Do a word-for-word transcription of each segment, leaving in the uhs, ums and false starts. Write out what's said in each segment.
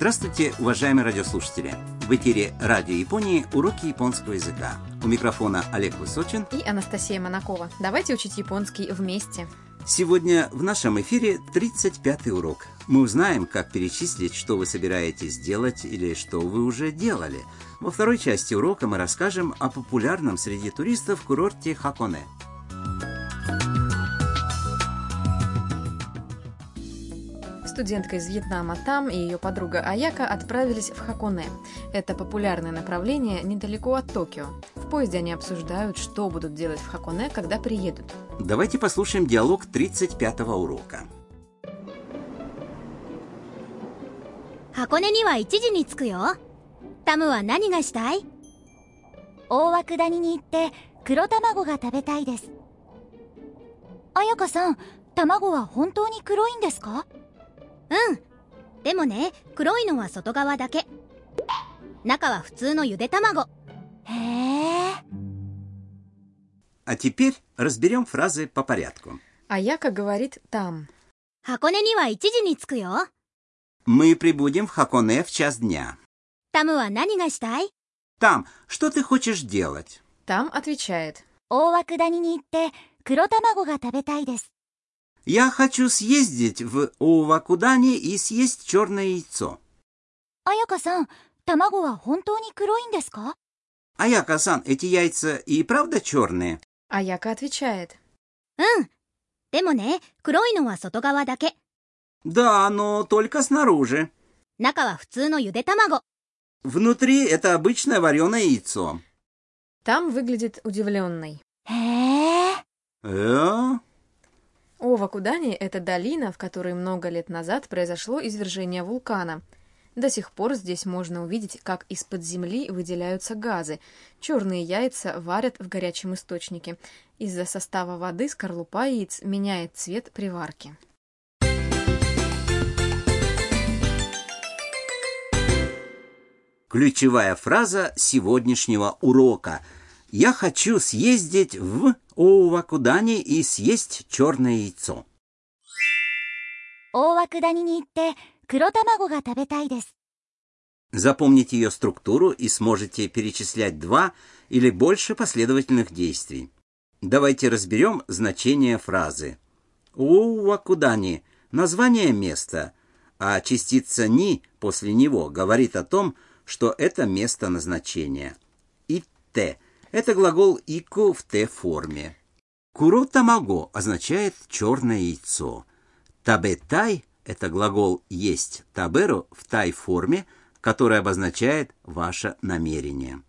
Здравствуйте, уважаемые радиослушатели! В эфире Радио Японии уроки японского языка. У микрофона Олег Высочин и Анастасия Монакова. Давайте учить японский вместе. Сегодня в нашем эфире тридцать пятый урок. Мы узнаем, как перечислить, что вы собираетесь делать или что вы уже делали. Во второй части урока мы расскажем о популярном среди туристов курорте Хаконе. Студентка из Вьетнама Там и ее подруга Аяка отправились в Хаконе. Это популярное направление недалеко от Токио. В поезде они обсуждают, что будут делать в Хаконе, когда приедут. Давайте послушаем диалог тридцать пятого урока. 箱根にはいちじに着くよ。タムは何がしたい？大涌谷に行って黒卵が食べたいです。彩香さん、卵は本当に黒いんですか？うん。でもね、黒いのは外側だけ。中は普通のゆで卵。へー。 А теперь разберем фразы по порядку. Аяка говорит «там». 箱根にはいちじに着くよ。 Мы прибудем в Хаконе в час дня. タムは何がしたい？ Там, что ты хочешь делать? Там отвечает. 大涌谷に行って黒卵が食べたいです。 Я хочу съездить в Оувакудани и съесть черное яйцо. 彩香さん、卵は本当に黒いんですか？ Аяка-сан, эти яйца и правда черные? Аяка отвечает. うん。でもね、黒いのは外側だけ。 Да, но только снаружи. 中は普通のゆで卵。 Внутри это обычное вареное яйцо. Там выглядит удивленной. へー。 Э? Оувакудани – это долина, в которой много лет назад произошло извержение вулкана. До сих пор здесь можно увидеть, как из-под земли выделяются газы. Черные яйца варят в горячем источнике. Из-за состава воды скорлупа яиц меняет цвет при варке. Ключевая фраза сегодняшнего урока. Я хочу съездить в Оувакудани и съесть черное яйцо. 大涌谷に行って黒卵が食べたいです。 Запомните ее структуру и сможете перечислять два или больше последовательных действий. Давайте разберем значение фразы. Оувакудани – название места, а частица «ни» после него говорит о том, что это место назначения. «Итте» – это глагол «ику» в «те» форме. «Куро тамаго» означает «черное яйцо». «Табетай» – это глагол «есть» «таберу» в «тай» форме, который обозначает ваше намерение.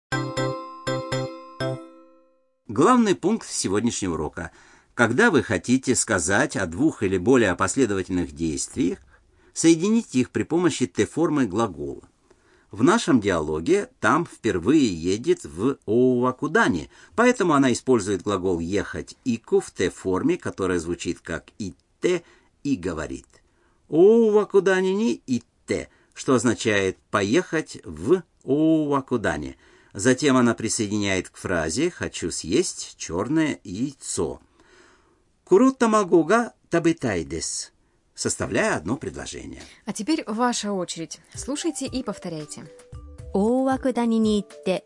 Главный пункт сегодняшнего урока. Когда вы хотите сказать о двух или более последовательных действиях, соедините их при помощи «те» формы глагола. В нашем диалоге Там впервые едет в Оувакудани, поэтому она использует глагол «ехать» «ику» в «те» форме, которая звучит как «итте» и говорит «Оувакудани ни итте», что означает «поехать в Оувакудани». Затем она присоединяет к фразе «хочу съесть черное яйцо». «Куро тамаго га табетай десу», составляя одно предложение. А теперь ваша очередь. Слушайте и повторяйте. 大涌谷に行って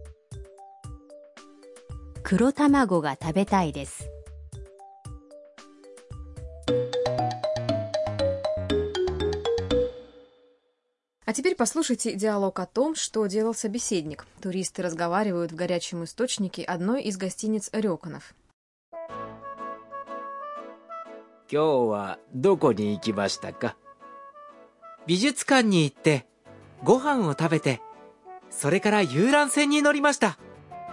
黒卵が食べたいです。 А теперь послушайте диалог о том, что делал собеседник. Туристы разговаривают в горячем источнике одной из гостиниц Рёконов. 今日はどこに行きましたか？美術館に行ってご飯を食べて、それから遊覧船に乗りました。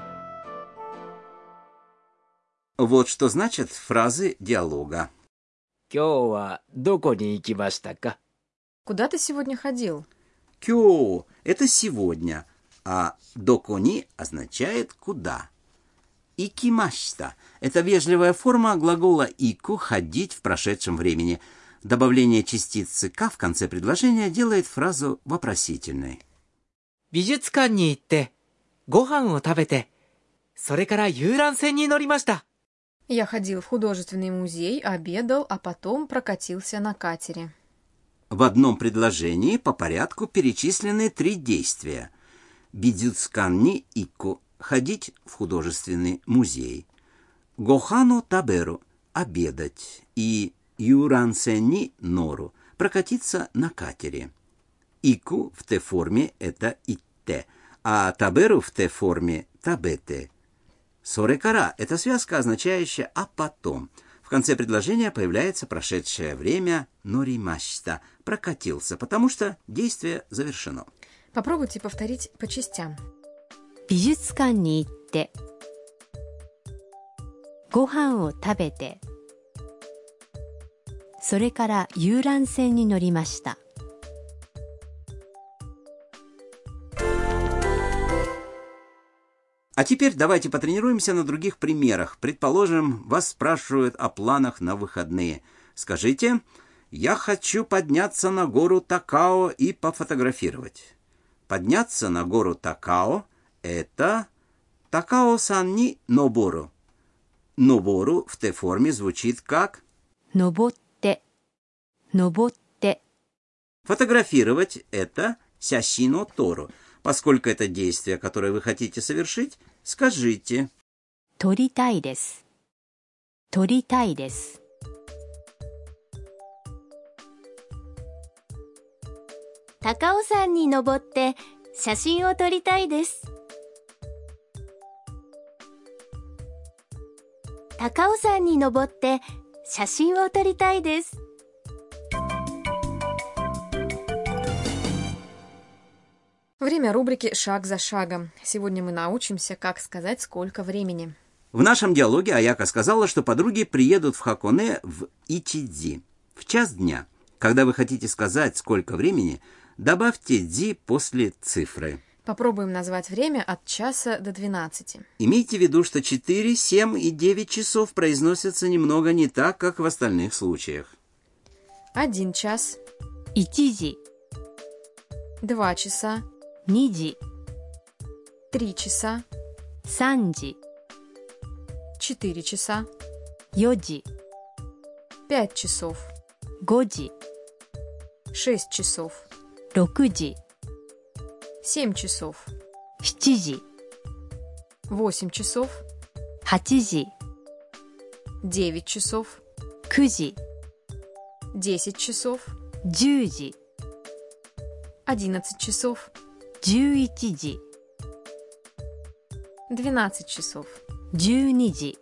Вот что значат фразы диалога. 今日はどこに行きましたか？ Куда ты сегодня ходил? «Кё» — это «сегодня», а «докони» означает «куда». «Икимашта» — это вежливая форма глагола «ику» — «ходить» в прошедшем времени. Добавление частицы «ка» в конце предложения делает фразу вопросительной. 美術館に行ってご飯を食べて、それから遊覧船に乗りました。 Я ходил в художественный музей, обедал, а потом прокатился на катере. В одном предложении по порядку перечислены три действия. Бидзюцкан ни икку – ходить в художественный музей. Гохану таберу – обедать. И юрансен ни нору – прокатиться на катере. Ику в Т-форме – это итте, а таберу в Т-форме – табете. Сорекара – это связка, означающая «а потом». В конце предложения появляется прошедшее время норимашта – прокатился, потому что действие завершено. Попробуйте повторить по частям. 美術館に行ってご飯を食べてそれから遊覧船に乗りました。 А теперь давайте потренируемся на других примерах. Предположим, вас спрашивают о планах на выходные. Скажите: «Я хочу подняться на гору Такао и пофотографировать». Подняться на гору Такао – это Такао-сан ни нобору. Нобору в Т-форме звучит как 登って登って Фотографировать – это сясино тору. Поскольку это действие, которое вы хотите совершить, скажите 撮りたいです撮りたいです 高尾山に登って写真を撮りたいです高尾山に登って写真を撮りたいです Время рубрики «Шаг за шагом». Сегодня мы научимся, как сказать, сколько времени. В нашем диалоге Аяка сказала, что подруги приедут в Хаконе в ичидзи, в час дня. Когда вы хотите сказать, сколько времени, добавьте «дзи» после цифры. Попробуем назвать время от часа до двенадцати. Имейте в виду, что четыре, семь и девять часов произносятся немного не так, как в остальных случаях. Один час, いちじ два часа, にじ три часа, さんじ четыре часа, よじ пять часов, ごじ шесть часов, ろくじ семь часов, しちじ восемь часов, はちじ девять часов, くじ десять часов, じゅうじ одиннадцать часов, じゅういちじ двенадцать часов. じゅうにじ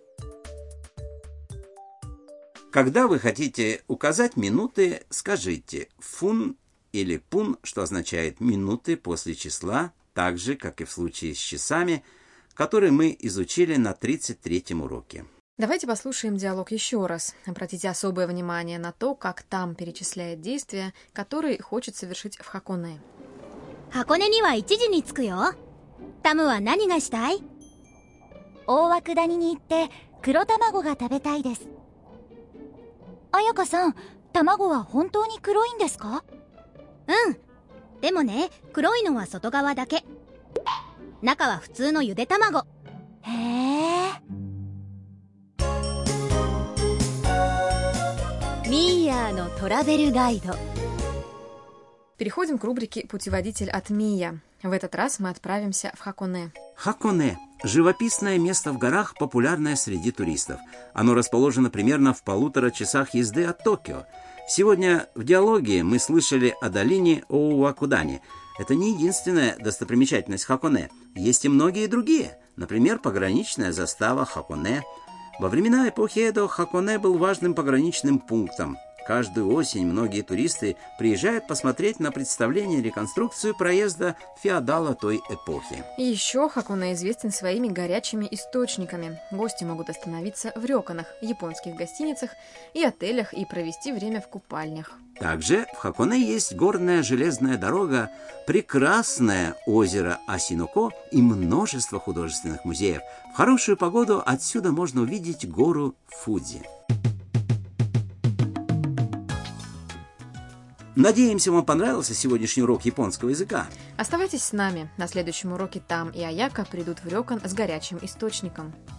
Когда вы хотите указать минуты, скажите «фун» или «пун», что означает «минуты» после числа, так же, как и в случае с часами, который мы изучили на тридцать третьем уроке. Давайте послушаем диалог еще раз. Обратите особое внимание на то, как там перечисляет действия, которые хочет совершить в Хаконе. 箱根にはいちじに着くよ。タムは何がしたい？大涌谷に行って黒卵が食べたいです。彩香さん、卵は本当に黒いんですか？うん。でもね、黒いのは外側だけ。中は普通のゆで卵。へえ。ミーヤーのトラベルガイド。 Переходим к рубрике «Путеводитель от Мия». В этот раз мы отправимся в Хаконе. Хаконе – живописное место в горах, популярное среди туристов. Оно расположено примерно в полутора часах езды от Токио. Сегодня в диалоге мы слышали о долине Оуакудани. Это не единственная достопримечательность Хаконе. Есть и многие другие. Например, пограничная застава Хаконе. Во времена эпохи Эдо Хаконе был важным пограничным пунктом. Каждую осень многие туристы приезжают посмотреть на представление и реконструкцию проезда феодала той эпохи. И еще Хаконе известен своими горячими источниками. Гости могут остановиться в рёканах, японских гостиницах и отелях и провести время в купальнях. Также в Хаконе есть горная железная дорога, прекрасное озеро Асиноко и множество художественных музеев. В хорошую погоду отсюда можно увидеть гору Фудзи. Надеемся, вам понравился сегодняшний урок японского языка. Оставайтесь с нами. На следующем уроке Там и Аяка придут в рёкан с горячим источником.